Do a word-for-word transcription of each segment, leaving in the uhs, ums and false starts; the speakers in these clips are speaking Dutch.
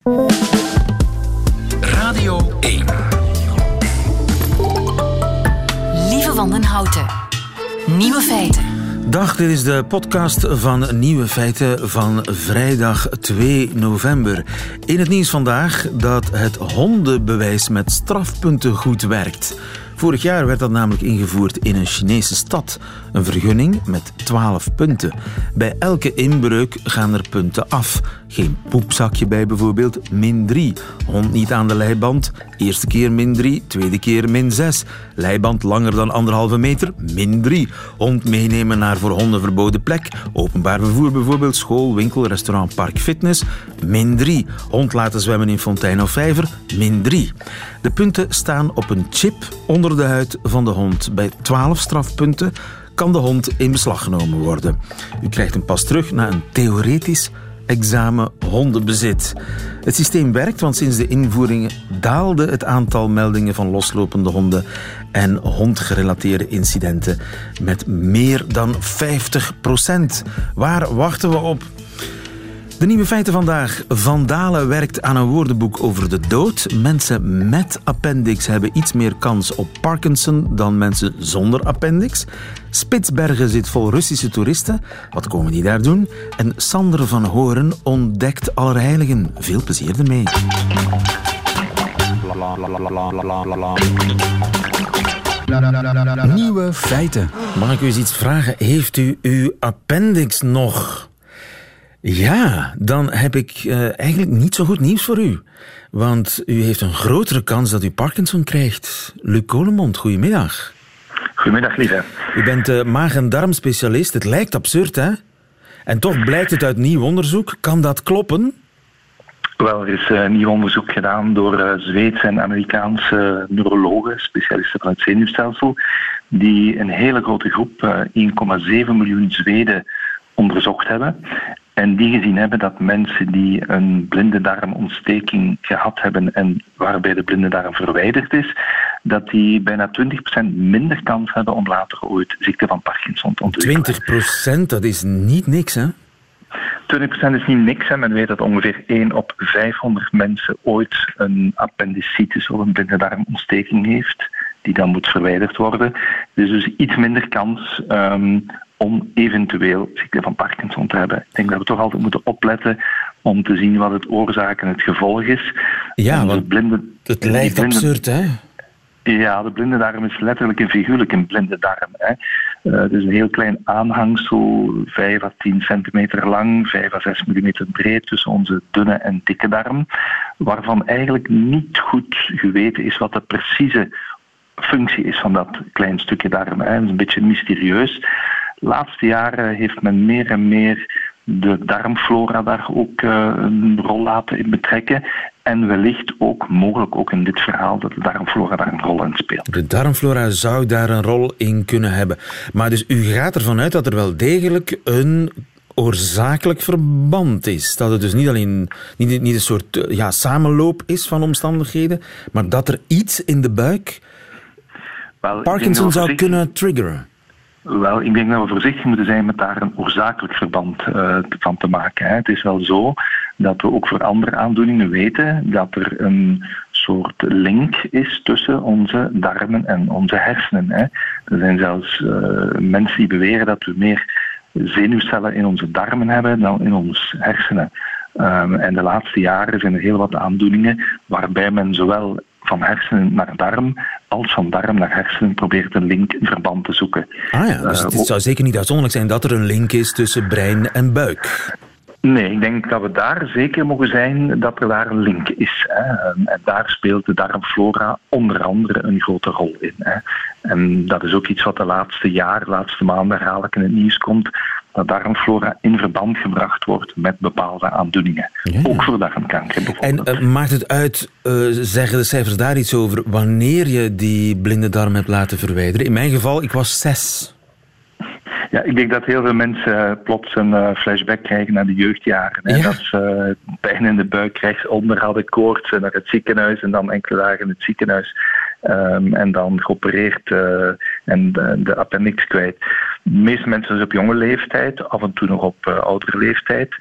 Radio één. Lieve Wandenhouten. Nieuwe feiten. Dag, dit is de podcast van Nieuwe Feiten van vrijdag twee november. In het nieuws vandaag dat het hondenbewijs met strafpunten goed werkt. Vorig jaar werd dat namelijk ingevoerd in een Chinese stad. Een vergunning met twaalf punten. Bij elke inbreuk gaan er punten af. Geen poepzakje bij bijvoorbeeld, min drie. Hond niet aan de leiband, eerste keer min drie, tweede keer min zes. Leiband langer dan anderhalve meter, min drie. Hond meenemen naar voor honden verboden plek. Openbaar vervoer bijvoorbeeld, school, winkel, restaurant, park, fitness, min drie. Hond laten zwemmen in fontein of vijver, min drie. De punten staan op een chip onder de huid van de hond. Bij twaalf strafpunten kan de hond in beslag genomen worden. U krijgt hem pas terug na een theoretisch examen hondenbezit. Het systeem werkt, want sinds de invoering daalde het aantal meldingen van loslopende honden en hondgerelateerde incidenten met meer dan vijftig procent. Waar wachten we op? De nieuwe feiten vandaag. Van Dalen werkt aan een woordenboek over de dood. Mensen met appendix hebben iets meer kans op Parkinson dan mensen zonder appendix. Spitsbergen zit vol Russische toeristen. Wat komen die daar doen? En Sander van Horen ontdekt Allerheiligen. Veel plezier ermee. Nieuwe feiten. Mag ik u eens iets vragen? Heeft u uw appendix nog? Ja, dan heb ik uh, eigenlijk niet zo goed nieuws voor u. Want u heeft een grotere kans dat u Parkinson krijgt. Luc Kolemond, goedemiddag. Goedemiddag, lieve. U bent uh, maag- en darmspecialist. Het lijkt absurd, hè? En toch blijkt het uit nieuw onderzoek. Kan dat kloppen? Wel, er is uh, nieuw onderzoek gedaan door uh, Zweedse en Amerikaanse neurologen, specialisten van het zenuwstelsel, die een hele grote groep, uh, één komma zeven miljoen Zweden, onderzocht hebben. En die gezien hebben dat mensen die een blinde darmontsteking gehad hebben en waarbij de blinde darm verwijderd is, dat die bijna twintig procent minder kans hebben om later ooit ziekte van Parkinson te ontwikkelen. twintig procent, dat is niet niks, hè? twintig procent is niet niks. Hè. Men weet dat ongeveer één op vijfhonderd mensen ooit een appendicitis of een blinde darmontsteking heeft, die dan moet verwijderd worden. Dus dus iets minder kans um, om eventueel ziekte van Parkinson te hebben. Ik denk dat we toch altijd moeten opletten om te zien wat het oorzaak en het gevolg is. Ja, want blinde, het lijkt blinde, absurd, hè? Ja, de blinde darm is letterlijk en figuurlijk een blinde darm. Hè. Uh, het is een heel klein aanhangsel, vijf à tien centimeter lang, vijf à zes millimeter breed tussen onze dunne en dikke darm, waarvan eigenlijk niet goed geweten is wat de precieze functie is van dat klein stukje darm. Hè. Dat is een beetje mysterieus. De laatste jaren heeft men meer en meer de darmflora daar ook uh, een rol laten in betrekken. En wellicht ook, mogelijk ook in dit verhaal, dat de darmflora daar een rol in speelt. De darmflora zou daar een rol in kunnen hebben. Maar dus u gaat ervan uit dat er wel degelijk een oorzakelijk verband is. Dat het dus niet alleen niet, niet een soort ja, samenloop is van omstandigheden, maar dat er iets in de buik wel, Parkinson zou kunnen triggeren. Wel, ik denk dat we voorzichtig moeten zijn met daar een oorzakelijk verband uh, van te maken. Hè. Het is wel zo dat we ook voor andere aandoeningen weten dat er een soort link is tussen onze darmen en onze hersenen. Hè. Er zijn zelfs uh, mensen die beweren dat we meer zenuwcellen in onze darmen hebben dan in onze hersenen. Um, en de laatste jaren zijn er heel wat aandoeningen waarbij men zowel van hersenen naar darm als van darm naar hersenen probeert een link, een verband te zoeken. Ah ja, dus het uh, zou zeker niet uitzonderlijk zijn dat er een link is tussen brein en buik. Nee, ik denk dat we daar zeker mogen zijn dat er daar een link is. Hè. En daar speelt de darmflora onder andere een grote rol in. Hè. En dat is ook iets wat de laatste jaar, de laatste maanden herhaaldelijk in het nieuws komt, dat darmflora in verband gebracht wordt met bepaalde aandoeningen. Ja. Ook voor darmkanker bijvoorbeeld. En uh, maakt het uit, uh, zeggen de cijfers daar iets over, wanneer je die blinde darm hebt laten verwijderen? In mijn geval, ik was zes. Ja, ik denk dat heel veel mensen plots een uh, flashback krijgen naar de jeugdjaren. Hè? Ja. Dat ze uh, pijn in de buik rechtsonder hadden, koorts naar het ziekenhuis en dan enkele dagen in het ziekenhuis. Um, en dan geopereerd uh, en de, de appendix kwijt. De meeste mensen dus op jonge leeftijd, af en toe nog op uh, oudere leeftijd.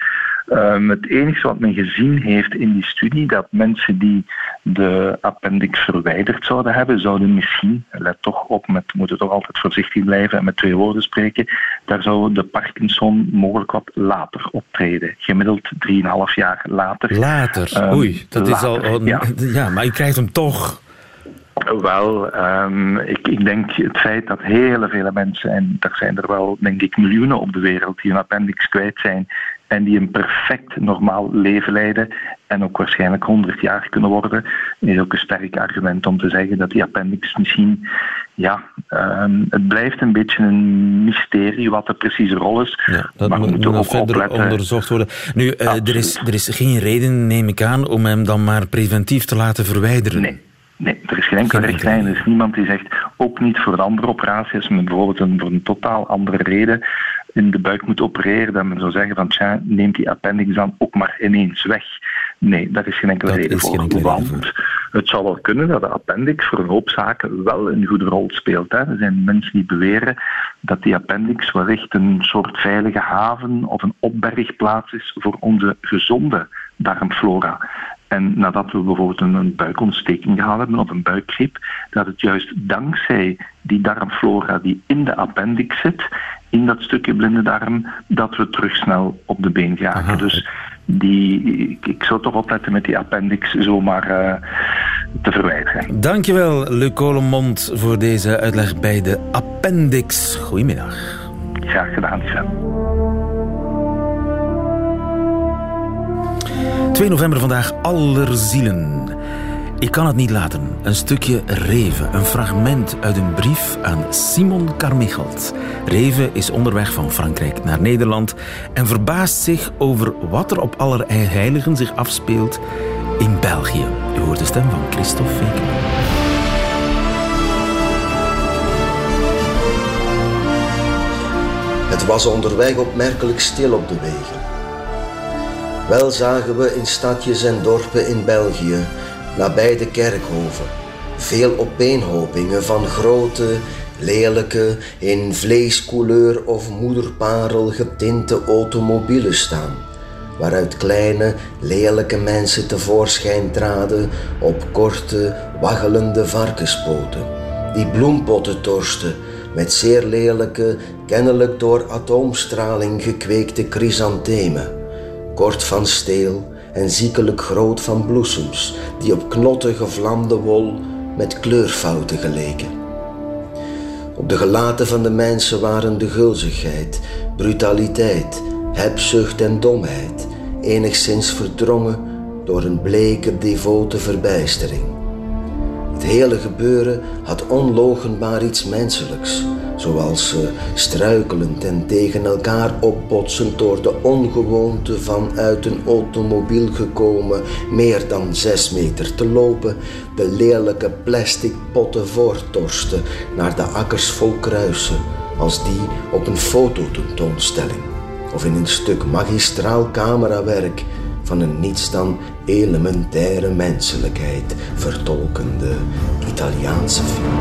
Um, het enige wat men gezien heeft in die studie, dat mensen die de appendix verwijderd zouden hebben, zouden misschien, let toch op, met, we moeten toch altijd voorzichtig blijven en met twee woorden spreken, daar zou de Parkinson mogelijk wat later optreden. Gemiddeld drieënhalf jaar later. Later? Um, Oei, dat later, is al... Ja. ja, maar je krijgt hem toch... Wel, um, ik, ik denk het feit dat heel veel mensen, en er zijn er wel, denk ik, miljoenen op de wereld die een appendix kwijt zijn en die een perfect normaal leven leiden en ook waarschijnlijk honderd jaar kunnen worden, is ook een sterk argument om te zeggen dat die appendix misschien, ja, um, het blijft een beetje een mysterie wat de precieze rol is. Ja, dat maar moet nog verder opletten. Onderzocht worden. Nu, uh, er, is, er is geen reden, neem ik aan, om hem dan maar preventief te laten verwijderen. Nee. Nee, er is geen enkele richtlijn. Er is niemand die zegt, ook niet voor de andere operaties, als men bijvoorbeeld een, voor een totaal andere reden in de buik moet opereren, dat men zou zeggen van, tja, neemt die appendix dan ook maar ineens weg. Nee, daar is geen enkele dat reden voor. Enkele want reden voor. Het zou wel kunnen dat de appendix voor een hoop zaken wel een goede rol speelt. Hè. Er zijn mensen die beweren dat die appendix wellicht een soort veilige haven of een opbergplaats is voor onze gezonde darmflora. En nadat we bijvoorbeeld een buikontsteking gehad hebben of een buikgriep, dat het juist dankzij die darmflora die in de appendix zit, in dat stukje blinde darm, dat we terug snel op de been geraken. Aha. Dus die, ik, ik zou toch opletten met die appendix zomaar uh, te verwijderen. Dankjewel, Luc Colomont, voor deze uitleg bij de appendix. Goedemiddag. Graag gedaan, Sven. twee november vandaag, Allerzielen. Ik kan het niet laten. Een stukje Reven, een fragment uit een brief aan Simon Carmichelt. Reven is onderweg van Frankrijk naar Nederland en verbaast zich over wat er op Allerheiligen zich afspeelt in België. U hoort de stem van Christophe Veekman. Het was onderweg opmerkelijk stil op de wegen. Wel zagen we in stadjes en dorpen in België, nabij de kerkhoven, veel opeenhopingen van grote, lelijke, in vleescouleur of moederparel getinte automobielen staan, waaruit kleine, lelijke mensen tevoorschijn traden op korte, waggelende varkenspoten, die bloempotten torsten met zeer lelijke, kennelijk door atoomstraling gekweekte chrysanthemen, kort van steel en ziekelijk groot van bloesems, die op knotten gevlamde wol met kleurfouten geleken. Op de gelaten van de mensen waren de gulzigheid, brutaliteit, hebzucht en domheid, enigszins verdrongen door een bleke, devote verbijstering. Het hele gebeuren had onloochenbaar iets menselijks, zoals ze struikelend en tegen elkaar opbotsend door de ongewoonte van uit een automobiel gekomen meer dan zes meter te lopen, de lelijke plastic potten voorttorsten naar de akkers vol kruisen, als die op een fototentoonstelling of in een stuk magistraal camerawerk van een niets dan elementaire menselijkheid vertolkende Italiaanse film.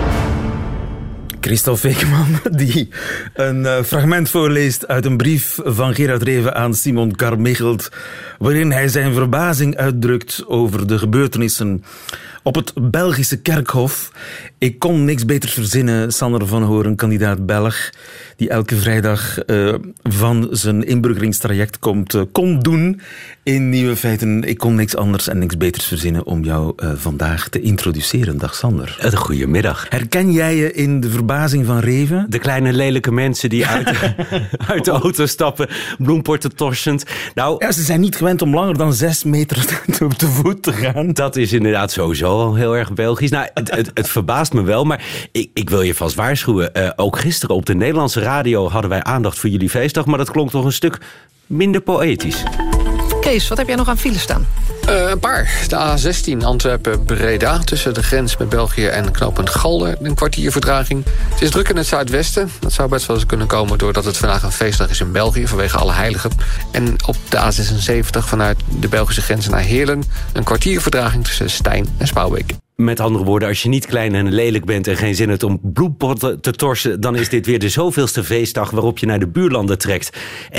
Christophe Veekman, die een uh, fragment voorleest uit een brief van Gerard Reven aan Simon Carmichelt, waarin hij zijn verbazing uitdrukt over de gebeurtenissen op het Belgische kerkhof. Ik kon niks beters verzinnen, Sander van Horen, kandidaat Belg, die elke vrijdag uh, van zijn inburgeringstraject komt, uh, komt doen in Nieuwe Feiten. Ik kon niks anders en niks beters verzinnen om jou uh, vandaag te introduceren. Dag Sander. Uh, goedemiddag. Herken jij je in de verbazing van Reven? De kleine lelijke mensen die uit, uit de auto stappen, bloempotten torsend. Nou, ja, ze zijn niet gewend om langer dan zes meter te, te voet te gaan. Dat is inderdaad sowieso al heel erg Belgisch. Nou, het, het, het verbaast me wel, maar ik, ik wil je vast waarschuwen. Uh, ook gisteren op de Nederlandse radio hadden wij aandacht voor jullie feestdag, maar dat klonk toch een stuk minder poëtisch. Kees, wat heb jij nog aan file staan? Uh, een paar. De A zestien Antwerpen-Breda tussen de grens met België en knooppunt Galder. Een kwartier vertraging. Het is druk in het zuidwesten. Dat zou best wel eens kunnen komen doordat het vandaag een feestdag is in België vanwege alle heiligen. En op de A zesenzeventig vanuit de Belgische grens naar Heerlen een kwartier vertraging tussen Stijn en Spouwbeek. Met andere woorden, als je niet klein en lelijk bent en geen zin hebt om bloempotten te torsen, dan is dit weer de zoveelste feestdag waarop je naar de buurlanden trekt. En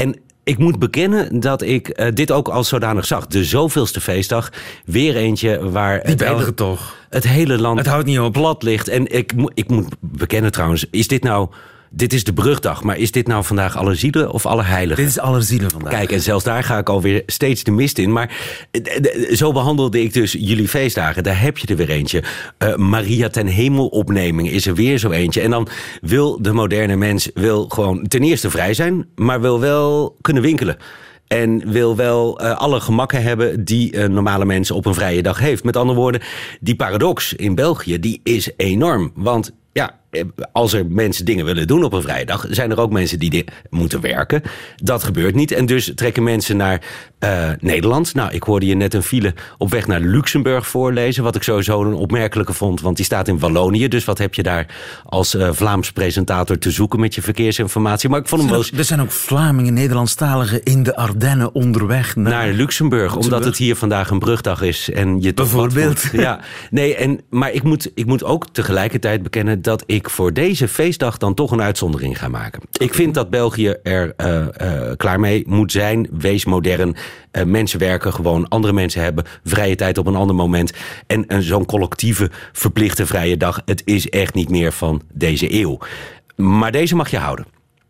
ik moet bekennen dat ik uh, dit ook als zodanig zag. De zoveelste feestdag. Weer eentje waar... Die Belgen toch. Het hele land het houdt niet op. Plat ligt. En ik, ik moet bekennen trouwens, is dit nou... Dit is de brugdag, maar is dit nou vandaag Allerzielen of Allerheiligen? Dit is Allerzielen vandaag. Kijk, en zelfs daar ga ik alweer steeds de mist in. Maar zo behandelde ik dus jullie feestdagen. Daar heb je er weer eentje. Uh, Maria ten Hemelopneming is er weer zo eentje. En dan wil de moderne mens wil gewoon ten eerste vrij zijn, maar wil wel kunnen winkelen. En wil wel uh, alle gemakken hebben die uh, normale mensen op een vrije dag heeft. Met andere woorden, die paradox in België, die is enorm. Want ja, als er mensen dingen willen doen op een vrijdag, zijn er ook mensen die moeten werken. Dat gebeurt niet. En dus trekken mensen naar uh, Nederland. Nou, ik hoorde je net een file op weg naar Luxemburg voorlezen. Wat ik sowieso een opmerkelijke vond, want die staat in Wallonië. Dus wat heb je daar als uh, Vlaams presentator te zoeken met je verkeersinformatie? Maar ik vond hem wel eens... Er zijn ook Vlamingen, Nederlandstaligen in de Ardennen onderweg naar, naar Luxemburg, Luxemburg. Omdat het hier vandaag een brugdag is. En je bijvoorbeeld. Ja, nee, en, maar ik moet, ik moet ook tegelijkertijd bekennen dat ik voor deze feestdag dan toch een uitzondering ga maken. Ik vind dat België er uh, uh, klaar mee moet zijn. Wees modern. Uh, mensen werken gewoon. Andere mensen hebben vrije tijd op een ander moment. En uh, zo'n collectieve verplichte vrije dag. Het is echt niet meer van deze eeuw. Maar deze mag je houden.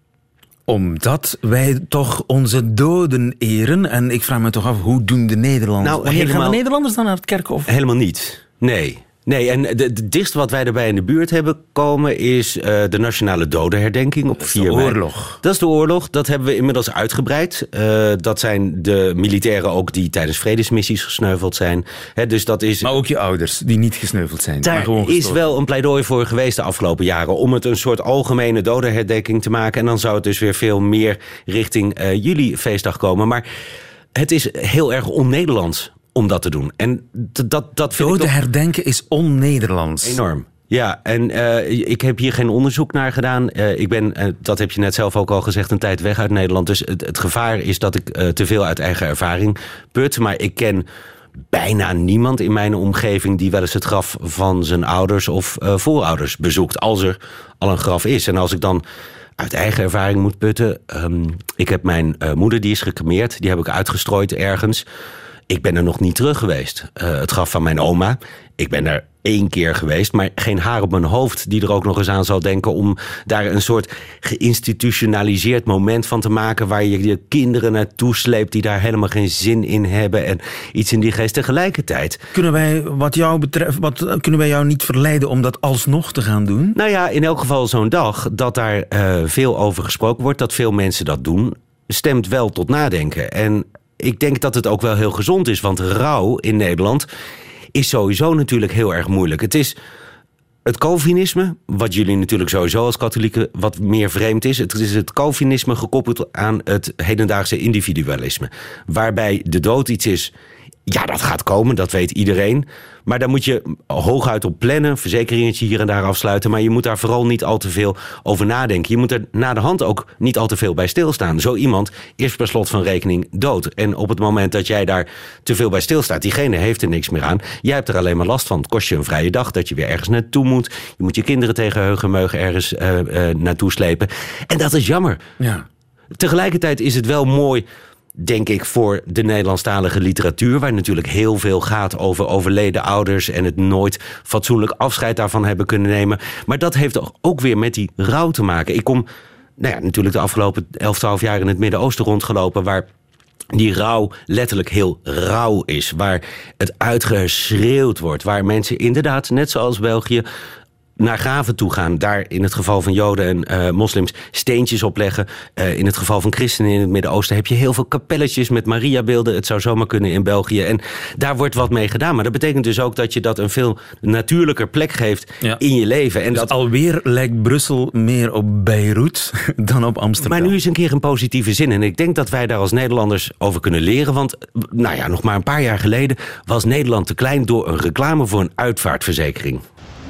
Omdat wij toch onze doden eren. En ik vraag me toch af, hoe doen de Nederlanders? Nou, Wanneer helemaal, gaan de Nederlanders dan naar het kerkhof? Helemaal niet. Nee. Nee, en de dichtste wat wij erbij in de buurt hebben komen is uh, de Nationale Dodenherdenking op vier mei. De oorlog. Dat is de oorlog. Dat hebben we inmiddels uitgebreid. Uh, dat zijn de militairen ook die tijdens vredesmissies gesneuveld zijn. He, dus dat is... Maar ook je ouders die niet gesneuveld zijn. Daar maar gewoon is wel een pleidooi voor geweest de afgelopen jaren om het een soort algemene dodenherdenking te maken. En dan zou het dus weer veel meer richting uh, jullie feestdag komen. Maar het is heel erg on-Nederlands om dat te doen. En dat, dat, dat vind Doden ik toch... herdenken is on-Nederlands. Enorm. Ja, en uh, ik heb hier geen onderzoek naar gedaan. Uh, ik ben, uh, dat heb je net zelf ook al gezegd, een tijd weg uit Nederland. Dus het, het gevaar is dat ik uh, te veel uit eigen ervaring put. Maar ik ken bijna niemand in mijn omgeving die wel eens het graf van zijn ouders of uh, voorouders bezoekt. Als er al een graf is. En als ik dan uit eigen ervaring moet putten. Um, ik heb mijn uh, moeder, die is gecremeerd. Die heb ik uitgestrooid ergens. Ik ben er nog niet terug geweest. Uh, het graf van mijn oma. Ik ben er één keer geweest, maar geen haar op mijn hoofd die er ook nog eens aan zal denken om daar een soort geïnstitutionaliseerd moment van te maken waar je je kinderen naartoe sleept die daar helemaal geen zin in hebben en iets in die geest. Tegelijkertijd Kunnen wij wat jou betreft, wat, kunnen wij jou niet verleiden om dat alsnog te gaan doen? Nou ja, in elk geval zo'n dag dat daar uh, veel over gesproken wordt, dat veel mensen dat doen, stemt wel tot nadenken. En ik denk dat het ook wel heel gezond is, want rouw in Nederland is sowieso natuurlijk heel erg moeilijk. Het is het Calvinisme, wat jullie natuurlijk sowieso als katholieken wat meer vreemd is. Het is het Calvinisme gekoppeld aan het hedendaagse individualisme. Waarbij de dood iets is, ja, dat gaat komen, dat weet iedereen. Maar daar moet je hooguit op plannen, verzekeringetje hier en daar afsluiten. Maar je moet daar vooral niet al te veel over nadenken. Je moet er na de hand ook niet al te veel bij stilstaan. Zo iemand is per slot van rekening dood. En op het moment dat jij daar te veel bij stilstaat, diegene heeft er niks meer aan. Jij hebt er alleen maar last van. Het kost je een vrije dag dat je weer ergens naartoe moet. Je moet je kinderen tegen heug en meug ergens uh, uh, naartoe slepen. En dat is jammer. Ja. Tegelijkertijd is het wel mooi, denk ik, voor de Nederlandstalige literatuur, waar natuurlijk heel veel gaat over overleden ouders en het nooit fatsoenlijk afscheid daarvan hebben kunnen nemen. Maar dat heeft ook weer met die rouw te maken. Ik kom nou ja, natuurlijk de afgelopen elf, twaalf jaar in het Midden-Oosten rondgelopen, waar die rouw letterlijk heel rauw is, waar het uitgeschreeuwd wordt, waar mensen inderdaad, net zoals België, naar graven toe gaan. Daar in het geval van Joden en uh, moslims steentjes opleggen. Uh, in het geval van christenen in het Midden-Oosten heb je heel veel kapelletjes met Mariabeelden. Het zou zomaar kunnen in België. En daar wordt wat mee gedaan. Maar dat betekent dus ook dat je dat een veel natuurlijker plek geeft, ja, in je leven. En dus dat alweer lijkt Brussel meer op Beirut dan op Amsterdam. Maar nu is een keer een positieve zin. En ik denk dat wij daar als Nederlanders over kunnen leren. Want nou ja, nog maar een paar jaar geleden was Nederland te klein door een reclame voor een uitvaartverzekering.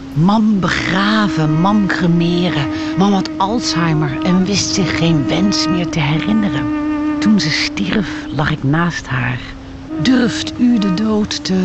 Mam begraven, mam cremeren. Mam had Alzheimer en wist zich geen wens meer te herinneren. Toen ze stierf, lag ik naast haar. Durft u de dood te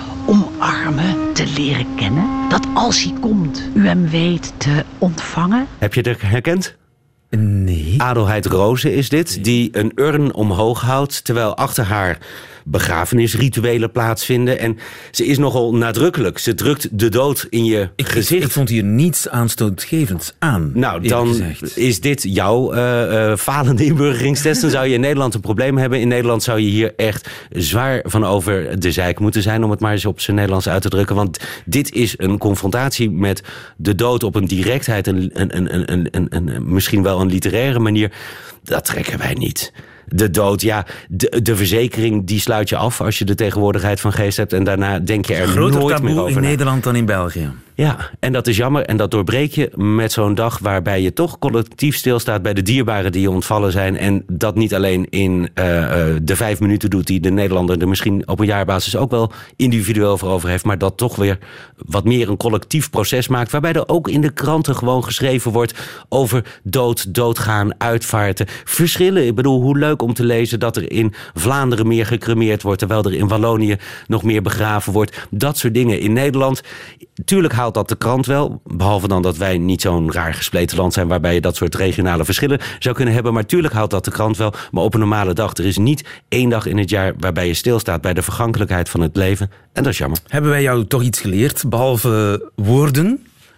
omarmen, te leren kennen? Dat als hij komt, u hem weet te ontvangen? Heb je het herkend? Nee. Adelheid Rozen is dit, nee. die een urn omhoog houdt, terwijl achter haar begrafenisrituelen plaatsvinden. En ze is nogal nadrukkelijk. Ze drukt de dood in je ik, gezicht. Ik, ik vond hier niets aanstootgevends aan. Nou, dan gezegd. is dit jouw uh, uh, falende inburgeringstest. Dan zou je in Nederland een probleem hebben. In Nederland zou je hier echt zwaar van over de zeik moeten zijn, om het maar eens op zijn Nederlands uit te drukken. Want dit is een confrontatie met de dood op een directheid, een, een, een, een, een, een, misschien wel een literaire manier. Dat trekken wij niet. De dood, ja, de, de verzekering, die sluit je af als je de tegenwoordigheid van geest hebt. En daarna denk je er Groter nooit meer over taboe in na. Nederland dan in België. Ja, en dat is jammer. En dat doorbreek je met zo'n dag waarbij je toch collectief stilstaat bij de dierbaren die je ontvallen zijn. En dat niet alleen in uh, uh, de vijf minuten doet die de Nederlander er misschien op een jaarbasis ook wel individueel voor over heeft. Maar dat toch weer wat meer een collectief proces maakt. Waarbij er ook in de kranten gewoon geschreven wordt over dood, doodgaan, uitvaarten. Verschillen. Ik bedoel, hoe leuk om te lezen dat er in Vlaanderen meer gecremeerd wordt, terwijl er in Wallonië nog meer begraven wordt. Dat soort dingen. In Nederland, tuurlijk haalt dat de krant wel. Behalve dan dat wij niet zo'n raar gespleten land zijn waarbij je dat soort regionale verschillen zou kunnen hebben. Maar tuurlijk haalt dat de krant wel. Maar op een normale dag. Er is niet één dag in het jaar waarbij je stilstaat bij de vergankelijkheid van het leven. En dat is jammer. Hebben wij jou toch iets geleerd, behalve woorden?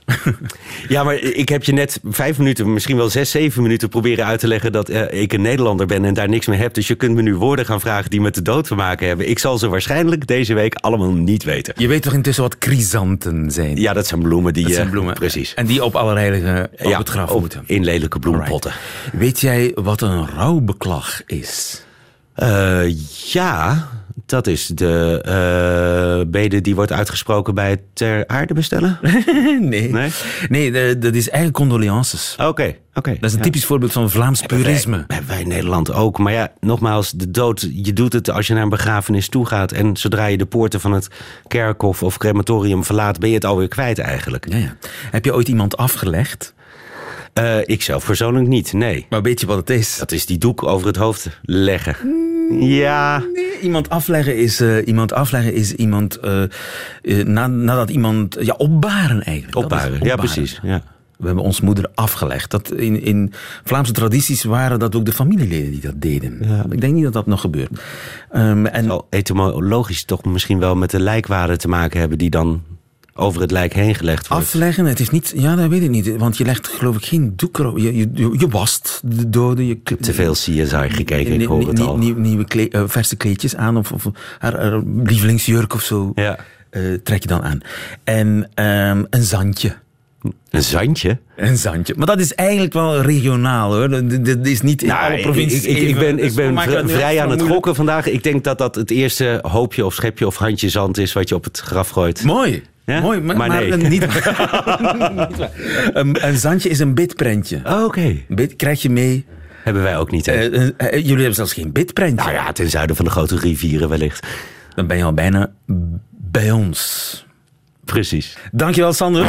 Ja, maar ik heb je net vijf minuten, misschien wel zes, zeven minuten proberen uit te leggen dat uh, ik een Nederlander ben en daar niks mee heb. Dus je kunt me nu woorden gaan vragen die met de dood te maken hebben. Ik zal ze waarschijnlijk deze week allemaal niet weten. Je weet toch intussen wat chrysanten zijn? Ja, dat zijn bloemen die... Dat zijn uh, bloemen. Precies. En die op allerheilige op ja, het graf op, moeten. In lelijke bloempotten. Alright. Weet jij wat een rouwbeklag is? Uh, ja... Dat is de uh, bede die wordt uitgesproken bij het ter aarde bestellen? nee, nee? nee de, dat is eigenlijk condolences. Oké, okay, oké. Okay. Dat is een typisch ja. voorbeeld van Vlaams purisme. Hebben wij, hebben wij in Nederland ook. Maar ja, nogmaals, de dood, je doet het als je naar een begrafenis toe gaat. En zodra je de poorten van het kerkhof of crematorium verlaat, ben je het alweer kwijt eigenlijk. Ja, ja. Heb je ooit iemand afgelegd? Uh, ik zelf persoonlijk niet, nee. Maar weet je wat het is? Dat is die doek over het hoofd leggen. Mm, ja. Nee, iemand afleggen is uh, iemand, afleggen is iemand uh, uh, na, nadat iemand... Ja, opbaren eigenlijk. Opbaren, opbaren. Ja, precies. Ja. We hebben ons moeder afgelegd. Dat in, in Vlaamse tradities waren dat ook de familieleden die dat deden. Ja. Ik denk niet dat dat nog gebeurt. Um, en... Zal etymologisch toch misschien wel met de lijkwade te maken hebben die dan over het lijk heen gelegd wordt. Afleggen, het is niet... Ja, dat weet ik niet. Want je legt geloof ik geen doek erop. Je, je, je wast de doden. Je, te veel C S I gekeken, ik hoor het al. Nieuw, nieuwe kle, uh, verse kleedjes aan of, of haar, haar lievelingsjurk of zo. Ja. Uh, trek je dan aan. En um, een zandje. Een zandje? Een zandje. Maar dat is eigenlijk wel regionaal, hoor. Dat is niet in nou, alle provincies. Ik, ik, ik ben, ik ben vrij, vrij aan het gokken vandaag. Ik denk dat dat het eerste hoopje of schepje of handje zand is wat je op het graf gooit. Mooi. Ja? Mooi, maar, maar, nee. maar niet, niet waar. Een, een zandje is een bitprentje. Oh, oké. Okay. Krijg je mee. Hebben wij ook niet, hè? Uh, uh, jullie hebben zelfs geen bitprentje. Nou ja, ten zuiden van de grote rivieren wellicht. Dan ben je al bijna bij ons. Precies. Dankjewel, Sander.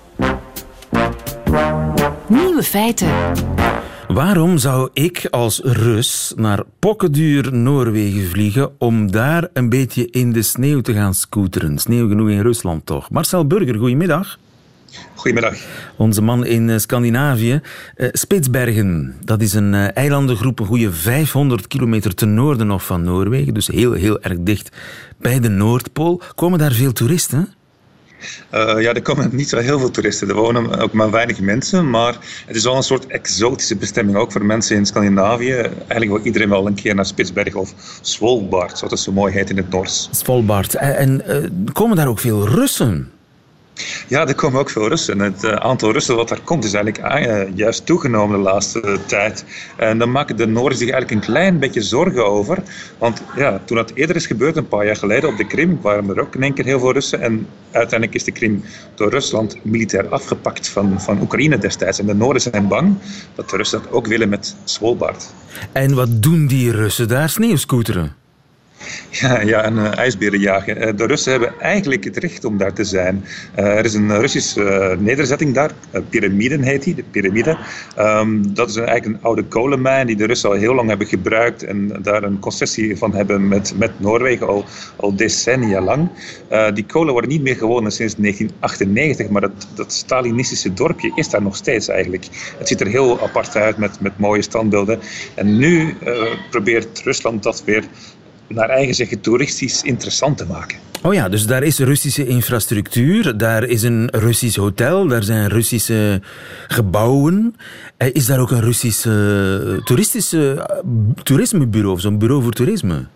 Nieuwe feiten. Waarom zou ik als Rus naar pokkenduur Noorwegen vliegen om daar een beetje in de sneeuw te gaan scooteren? Sneeuw genoeg in Rusland toch? Marcel Burger, goedemiddag. Goedemiddag. Onze man in Scandinavië. Uh, Spitsbergen, dat is een uh, eilandengroep, een goede vijfhonderd kilometer ten noorden nog van Noorwegen. Dus heel, heel erg dicht bij de Noordpool. Komen daar veel toeristen? Uh, ja, er komen niet zo heel veel toeristen. Er wonen ook maar weinig mensen. Maar het is wel een soort exotische bestemming ook voor mensen in Scandinavië. Eigenlijk wil iedereen wel een keer naar Spitsbergen of Svolbard, zoals het zo mooi heet in het Noors. Svolbard. En, en uh, komen daar ook veel Russen? Ja, er komen ook veel Russen. Het uh, aantal Russen wat daar komt is eigenlijk uh, juist toegenomen de laatste uh, tijd. En dan maken de Noorden zich eigenlijk een klein beetje zorgen over. Want ja, toen dat eerder is gebeurd, een paar jaar geleden op de Krim, waren er ook in één keer heel veel Russen. En uiteindelijk is de Krim door Rusland militair afgepakt van, van Oekraïne destijds. En de Noorden zijn bang dat de Russen dat ook willen met Svolbard. En wat doen die Russen daar? Sneeuwscooteren? Ja, ja en uh, ijsberen jagen. Uh, de Russen hebben eigenlijk het recht om daar te zijn. Uh, er is een Russische uh, nederzetting daar, uh, Pyramiden heet die, de Pyramide. Um, dat is een, eigenlijk een oude kolenmijn die de Russen al heel lang hebben gebruikt en daar een concessie van hebben met, met Noorwegen al, al decennia lang. Uh, die kolen worden niet meer gewonnen sinds negentien achtennegentig, maar dat, dat Stalinistische dorpje is daar nog steeds eigenlijk. Het ziet er heel apart uit met, met mooie standbeelden. En nu uh, probeert Rusland dat weer naar eigen zeggen toeristisch interessant te maken. Oh ja, dus daar is Russische infrastructuur, daar is een Russisch hotel, daar zijn Russische gebouwen. Is daar ook een Russisch uh, toeristische uh, toerismebureau, zo'n bureau voor toerisme?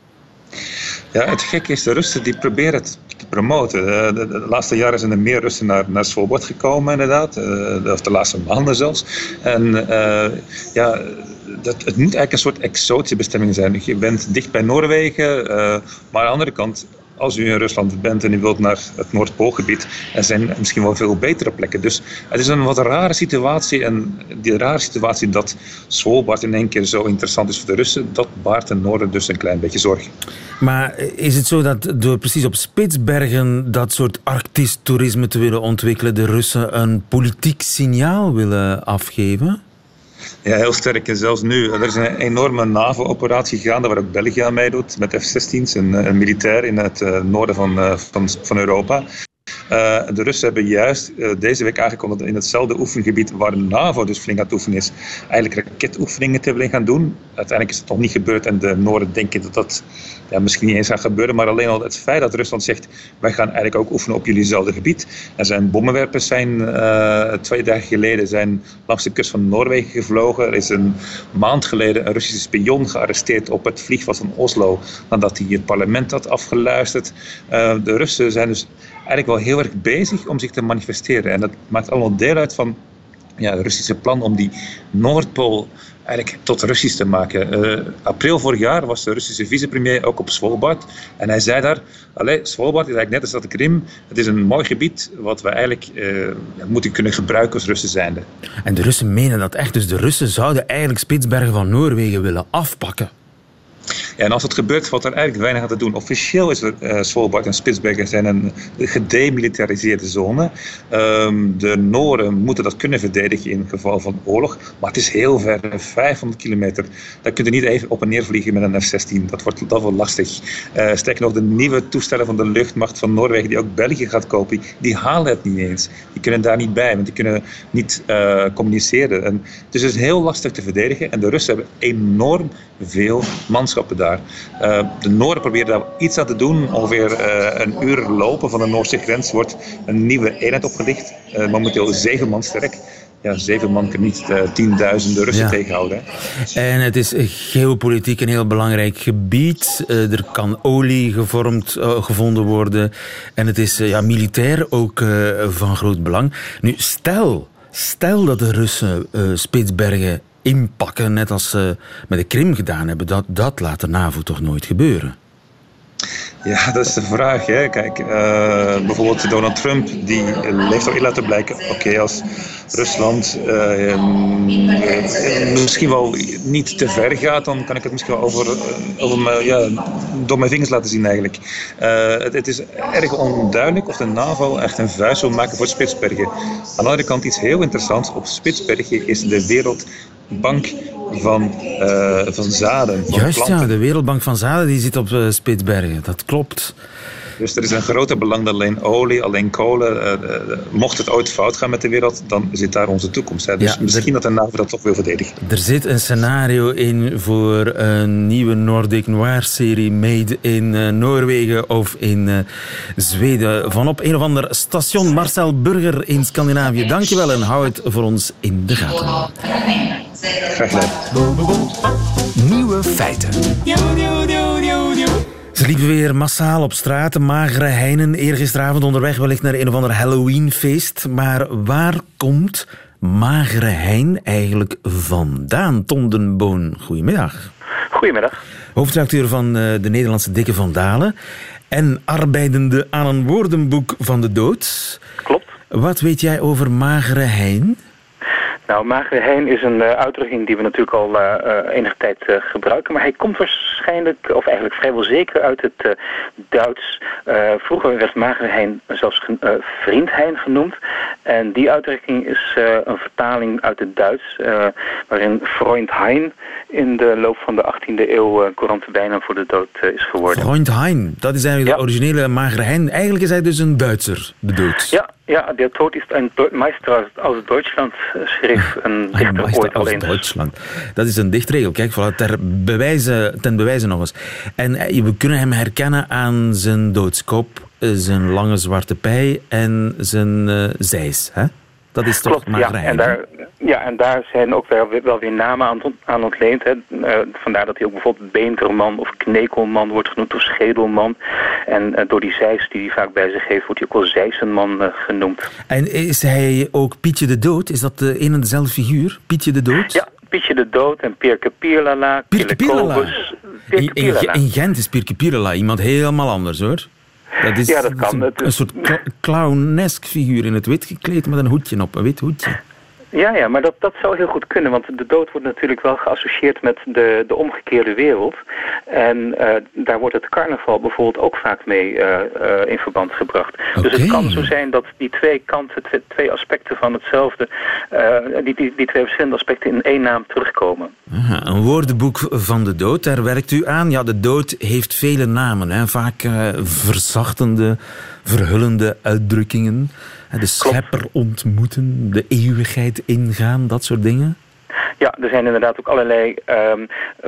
Ja, het gekke is, de Russen die proberen het te promoten. De, de, de laatste jaren zijn er meer Russen naar, naar Svalbard gekomen, inderdaad. De, of de laatste maanden zelfs. En uh, ja, dat, het moet eigenlijk een soort exotische bestemming zijn. Je bent dicht bij Noorwegen, uh, maar aan de andere kant, als u in Rusland bent en u wilt naar het Noordpoolgebied, er zijn misschien wel veel betere plekken. Dus het is een wat rare situatie. En die rare situatie dat Svalbard in één keer zo interessant is voor de Russen, dat baart in Noorden dus een klein beetje zorgen. Maar is het zo dat door precies op Spitsbergen dat soort Arktisch toerisme te willen ontwikkelen, de Russen een politiek signaal willen afgeven? Ja, heel sterk. En zelfs nu. Er is een enorme NAVO-operatie gaande waar ook België aan meedoet met F zestien's, een, een militair in het uh, noorden van, uh, van, van Europa. Uh, de Russen hebben juist uh, deze week aangekondigd in hetzelfde oefengebied waar de NAVO dus flink aan het oefenen is, eigenlijk raketoefeningen te willen gaan doen. Uiteindelijk is het nog niet gebeurd en de Noorden denken dat dat ja, misschien niet eens gaat gebeuren, maar alleen al het feit dat Rusland zegt, wij gaan eigenlijk ook oefenen op julliezelfde gebied. Er zijn bommenwerpers zijn uh, twee dagen geleden zijn langs de kust van Noorwegen gevlogen. Er is een maand geleden een Russische spion gearresteerd op het vliegveld van Oslo nadat hij het parlement had afgeluisterd. Uh, de Russen zijn dus eigenlijk wel heel erg bezig om zich te manifesteren. En dat maakt allemaal deel uit van ja, het Russische plan om die Noordpool eigenlijk tot Russisch te maken. Uh, april vorig jaar was de Russische vicepremier ook op Svalbard. En hij zei daar, allee, Svalbard is eigenlijk net als dat de Krim. Het is een mooi gebied wat we eigenlijk uh, moeten kunnen gebruiken als Russen zijnde. En de Russen menen dat echt. Dus de Russen zouden eigenlijk Spitsbergen van Noorwegen willen afpakken. Ja, en als het gebeurt, valt er eigenlijk weinig aan te doen. Officieel is er, uh, Svalbard en Spitsbergen zijn een gedemilitariseerde zone. Um, de Noren moeten dat kunnen verdedigen in geval van oorlog. Maar het is heel ver, vijfhonderd kilometer. Daar kun je niet even op en neer vliegen met een F zestien. Dat wordt, dat wordt lastig. Uh, sterker nog, de nieuwe toestellen van de luchtmacht van Noorwegen, die ook België gaat kopen, die halen het niet eens. Die kunnen daar niet bij, want die kunnen niet uh, communiceren. En, dus het is heel lastig te verdedigen. En de Russen hebben enorm veel manschappen daar. Uh, de Noorden proberen daar iets aan te doen. Ongeveer uh, een uur lopen van de Noorse grens wordt een nieuwe eenheid opgelicht. Uh, momenteel zeven man sterk. Ja, zeven man kan niet uh, tienduizenden Russen ja. tegenhouden. Hè. En het is geopolitiek een heel belangrijk gebied. Uh, er kan olie gevormd, uh, gevonden worden. En het is uh, ja, militair ook uh, van groot belang. Nu, stel, stel dat de Russen uh, Spitsbergen inpakken, net als ze met de Krim gedaan hebben, dat, dat laat de NAVO toch nooit gebeuren? Ja, dat is de vraag. Hè. Kijk, uh, bijvoorbeeld Donald Trump, die heeft al in laten blijken, oké, okay, als Rusland uh, uh, misschien wel niet te ver gaat, dan kan ik het misschien wel over, uh, over me, ja, door mijn vingers laten zien eigenlijk. Uh, het, het is erg onduidelijk of de NAVO echt een vuist wil maken voor Spitsbergen. Aan de andere kant iets heel interessants. Op Spitsbergen is de Wereldbank van, uh, van zaden. Van Juist planten. ja, de Wereldbank van Zaden die zit op uh, Spitsbergen. Dat klopt. Dus er is een groter belang dan alleen olie, alleen kolen. Uh, uh, mocht het ooit fout gaan met de wereld, dan zit daar onze toekomst. Hè. Dus ja, misschien er, dat de NAVO dat toch wil verdedigen. Er zit een scenario in voor een nieuwe Nordic Noir-serie made in uh, Noorwegen of in uh, Zweden. Vanop een of ander station. Marcel Burger in Scandinavië. Dankjewel en hou het voor ons in de gaten. Graag gedaan. Nieuwe feiten. Ze liepen weer massaal op straat, magere heinen, eergisteravond onderweg wellicht naar een of ander Halloweenfeest. Maar waar komt magere hein eigenlijk vandaan? Ton den Boon, goedemiddag. Goedemiddag. Hoofdredacteur van de Nederlandse Dikke Vandalen en arbeidende aan een woordenboek van de dood. Klopt. Wat weet jij over magere hein? Nou, magere hein is een uh, uitdrukking die we natuurlijk al uh, uh, enige tijd uh, gebruiken. Maar hij komt waarschijnlijk, of eigenlijk vrijwel zeker uit het uh, Duits. Uh, vroeger werd magere hein zelfs uh, vriendhein genoemd. En die uitdrukking is uh, een vertaling uit het Duits. Uh, waarin Freundhein in de loop van de achttiende eeuw uh, courante bijnaam voor de dood uh, is geworden. Freundhein, dat is eigenlijk ja. de originele magere hein. Eigenlijk is hij dus een Duitser, de dood. Ja. Ja, der Tod ist ein Meister aus Deutschland, schreef een dichter Meister ooit al eens. Duitsland. Dat is een dichtregel. Kijk, voilà, ter bewijze, ten bewijze nog eens. En we kunnen hem herkennen aan zijn doodskop, zijn lange zwarte pij en zijn uh, zeis. Hè? Dat is toch Klopt, ja. En daar, ja, en daar zijn ook wel, wel weer namen aan, aan ontleend. Hè. Uh, vandaar dat hij ook bijvoorbeeld Beenterman of Knekelman wordt genoemd, of Schedelman. En uh, door die zeis die hij vaak bij zich heeft, wordt hij ook wel Zeisenman uh, genoemd. En is hij ook Pietje de Dood? Is dat de een en dezelfde figuur? Pietje de Dood? Ja, Pietje de Dood en Pirke Pierlala, Pirke Pierlala. In, in, in Gent is Pirke Pierlala iemand helemaal anders, hoor. Dat is, ja, dat kan. Een, een soort cl- clownesk figuur in het wit gekleed met een hoedje op, een wit hoedje. Ja, ja, maar dat, dat zou heel goed kunnen, want de dood wordt natuurlijk wel geassocieerd met de, de omgekeerde wereld. En uh, daar wordt het carnaval bijvoorbeeld ook vaak mee uh, uh, in verband gebracht. Okay. Dus het kan zo zijn dat die twee kanten, twee aspecten van hetzelfde, uh, die, die, die twee verschillende aspecten in één naam terugkomen. Aha, een woordenboek van de dood, daar werkt u aan. Ja, de dood heeft vele namen, hè? Vaak uh, verzachtende, verhullende uitdrukkingen. De schepper ontmoeten, de eeuwigheid ingaan, dat soort dingen? Ja, er zijn inderdaad ook allerlei um,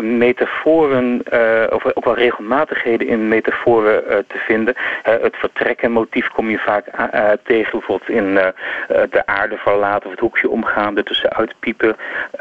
metaforen, uh, of ook wel regelmatigheden in metaforen uh, te vinden. Uh, het vertrekken motief kom je vaak uh, tegen, bijvoorbeeld in uh, uh, de aarde verlaten of het hoekje omgaan, er tussenuit piepen,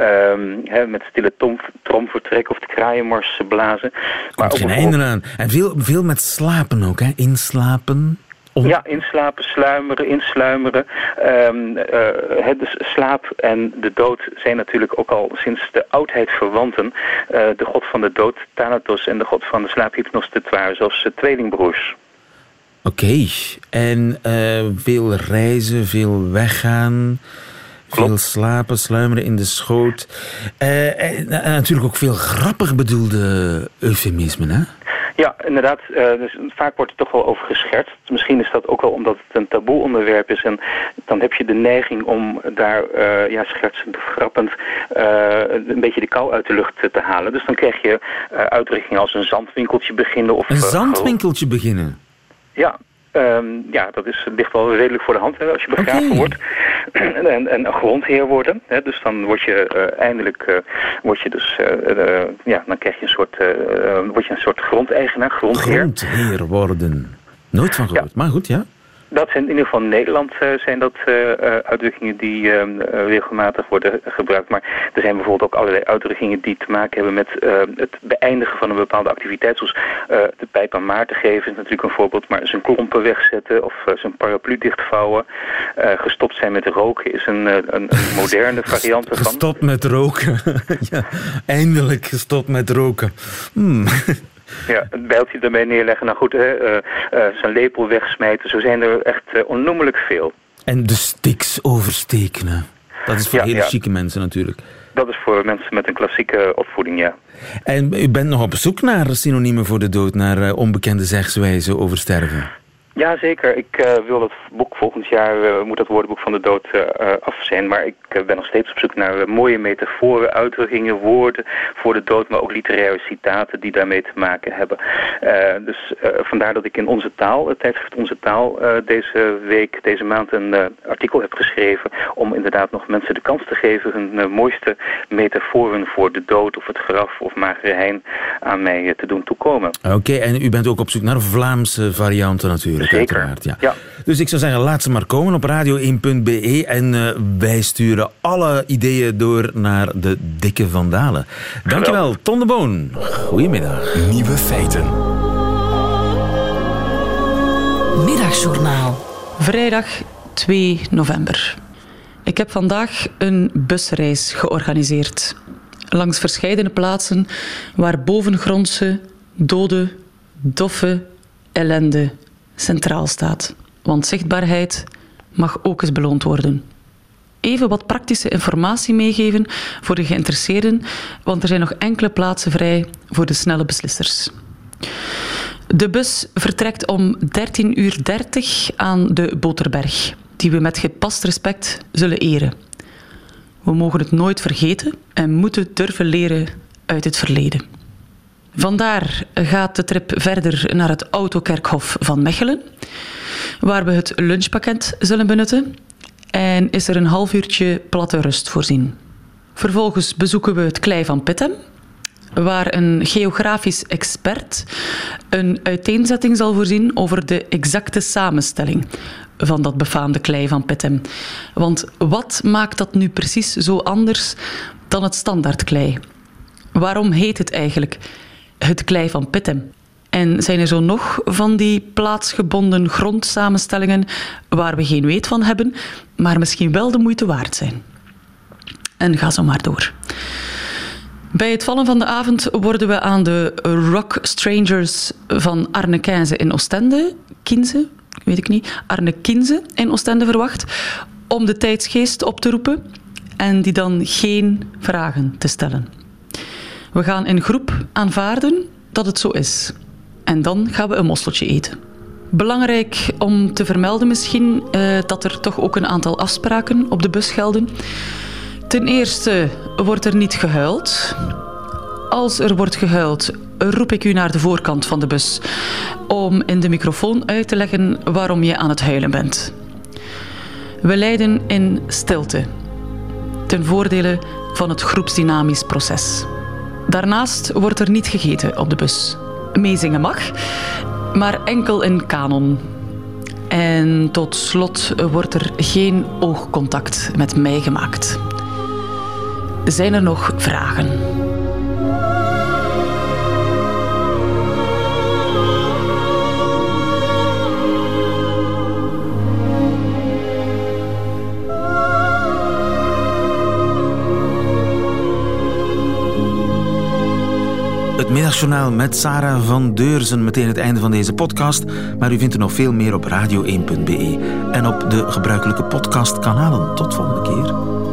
um, he, met stille tom, trom vertrekken of de kraaienmars blazen. Maar Komt geen einde aan. En veel, veel met slapen ook, hè? Inslapen. Om... Ja, inslapen, sluimeren, insluimeren. Um, uh, het dus slaap en de dood zijn natuurlijk ook al sinds de oudheid verwanten. Uh, de god van de dood, Thanatos, en de god van de slaap, Hypnos, het waren zelfs uh, tweelingbroers. Oké, okay. En uh, veel reizen, veel weggaan... Klopt. Veel slapen, sluimeren in de schoot. Uh, en, en natuurlijk ook veel grappig bedoelde eufemismen, hè? Ja, inderdaad. Uh, dus vaak wordt er toch wel over geschertst. Misschien is dat ook wel omdat het een taboe onderwerp is. En dan heb je de neiging om daar uh, ja, schertsend of grappend uh, een beetje de kou uit de lucht te halen. Dus dan krijg je uh, uitdrukkingen als een zandwinkeltje beginnen. Of, een zandwinkeltje uh, beginnen? Ja. Um, ja, dat is, ligt wel redelijk voor de hand, hè, als je begraven okay. wordt. en, en een grondheer worden. Hè, dus dan word je uh, eindelijk, uh, word je dus, uh, uh, ja, dan krijg je een soort, uh, uh, word je een soort grondeigenaar, grondheer. Grondheer worden. Nooit van gehoord, ja. Maar goed, ja. Dat zijn in ieder geval in Nederland uh, zijn dat uh, uitdrukkingen die uh, regelmatig worden gebruikt. Maar er zijn bijvoorbeeld ook allerlei uitdrukkingen die te maken hebben met uh, het beëindigen van een bepaalde activiteit. Zoals uh, de pijp aan Maarten geven is natuurlijk een voorbeeld. Maar zijn klompen wegzetten of uh, zijn paraplu dichtvouwen. Uh, gestopt zijn met roken is een, een, een moderne variant ervan. Gestopt met roken. Ja, eindelijk gestopt met roken. Hmm. Ja, het bijltje ermee neerleggen. Nou goed, hè, uh, uh, zijn lepel wegsmijten. Zo zijn er echt uh, onnoemelijk veel. En de stiks overstekenen. Dat is voor ja, hele ja. chique mensen natuurlijk. Dat is voor mensen met een klassieke opvoeding, ja. En u bent nog op zoek naar synoniemen voor de dood, naar uh, onbekende zegswijzen over sterven? Ja, zeker. Ik uh, wil het boek volgend jaar, uh, moet dat woordenboek van de dood uh, af zijn. Maar ik uh, ben nog steeds op zoek naar uh, mooie metaforen, uitdrukkingen, woorden voor de dood. Maar ook literaire citaten die daarmee te maken hebben. Uh, dus uh, vandaar dat ik in Onze Taal, het tijdschrift Onze Taal, uh, deze week, deze maand een uh, artikel heb geschreven. Om inderdaad nog mensen de kans te geven hun uh, mooiste metaforen voor de dood of het graf of magere hein aan mij uh, te doen toekomen. Oké, okay, en u bent ook op zoek naar Vlaamse varianten natuurlijk. Zeker, ja. ja. Dus ik zou zeggen, laat ze maar komen op radio één punt b e en uh, wij sturen alle ideeën door naar de dikke Vandalen. Dankjewel, Ton de Boon. Goedemiddag. Nieuwe feiten. Middagjournaal. Vrijdag twee november. Ik heb vandaag een busreis georganiseerd. Langs verscheidene plaatsen waar bovengrondse, dode, doffe ellende centraal staat. Want zichtbaarheid mag ook eens beloond worden. even wat praktische informatie meegeven voor de geïnteresseerden, want er zijn nog enkele plaatsen vrij voor de snelle beslissers. De bus vertrekt om dertien uur dertig aan de Boterberg, die we met gepast respect zullen eren. We mogen het nooit vergeten en moeten durven leren uit het verleden. Vandaar gaat de trip verder naar het Autokerkhof van Mechelen, waar we het lunchpakket zullen benutten en is er een half uurtje platte rust voorzien. Vervolgens bezoeken we het Klei van Pittem, waar een geografisch expert een uiteenzetting zal voorzien over de exacte samenstelling van dat befaamde klei van Pittem. Want wat maakt dat nu precies zo anders dan het standaard klei? Waarom heet het eigenlijk het klei van Pittem? En zijn er zo nog van die plaatsgebonden grondsamenstellingen waar we geen weet van hebben, maar misschien wel de moeite waard zijn? En ga zo maar door. Bij het vallen van de avond worden we aan de Rock Strangers van Arne Kinze in Oostende, Kinze, weet ik niet, Arne Kinze in Oostende verwacht, om de tijdsgeest op te roepen en die dan geen vragen te stellen. We gaan in groep aanvaarden dat het zo is. En dan gaan we een mosseltje eten. Belangrijk om te vermelden misschien uh, dat er toch ook een aantal afspraken op de bus gelden. Ten eerste wordt er niet gehuild. Als er wordt gehuild, roep ik u naar de voorkant van de bus om in de microfoon uit te leggen waarom je aan het huilen bent. We lijden in stilte, ten voordele van het groepsdynamisch proces. Daarnaast wordt er niet gegeten op de bus. Meezingen mag, maar enkel in kanon. En tot slot wordt er geen oogcontact met mij gemaakt. Zijn er nog vragen? Het Middagjournaal met Sarah van Deurzen. Meteen het einde van deze podcast. Maar u vindt er nog veel meer op radio één punt be en op de gebruikelijke podcastkanalen. Tot volgende keer.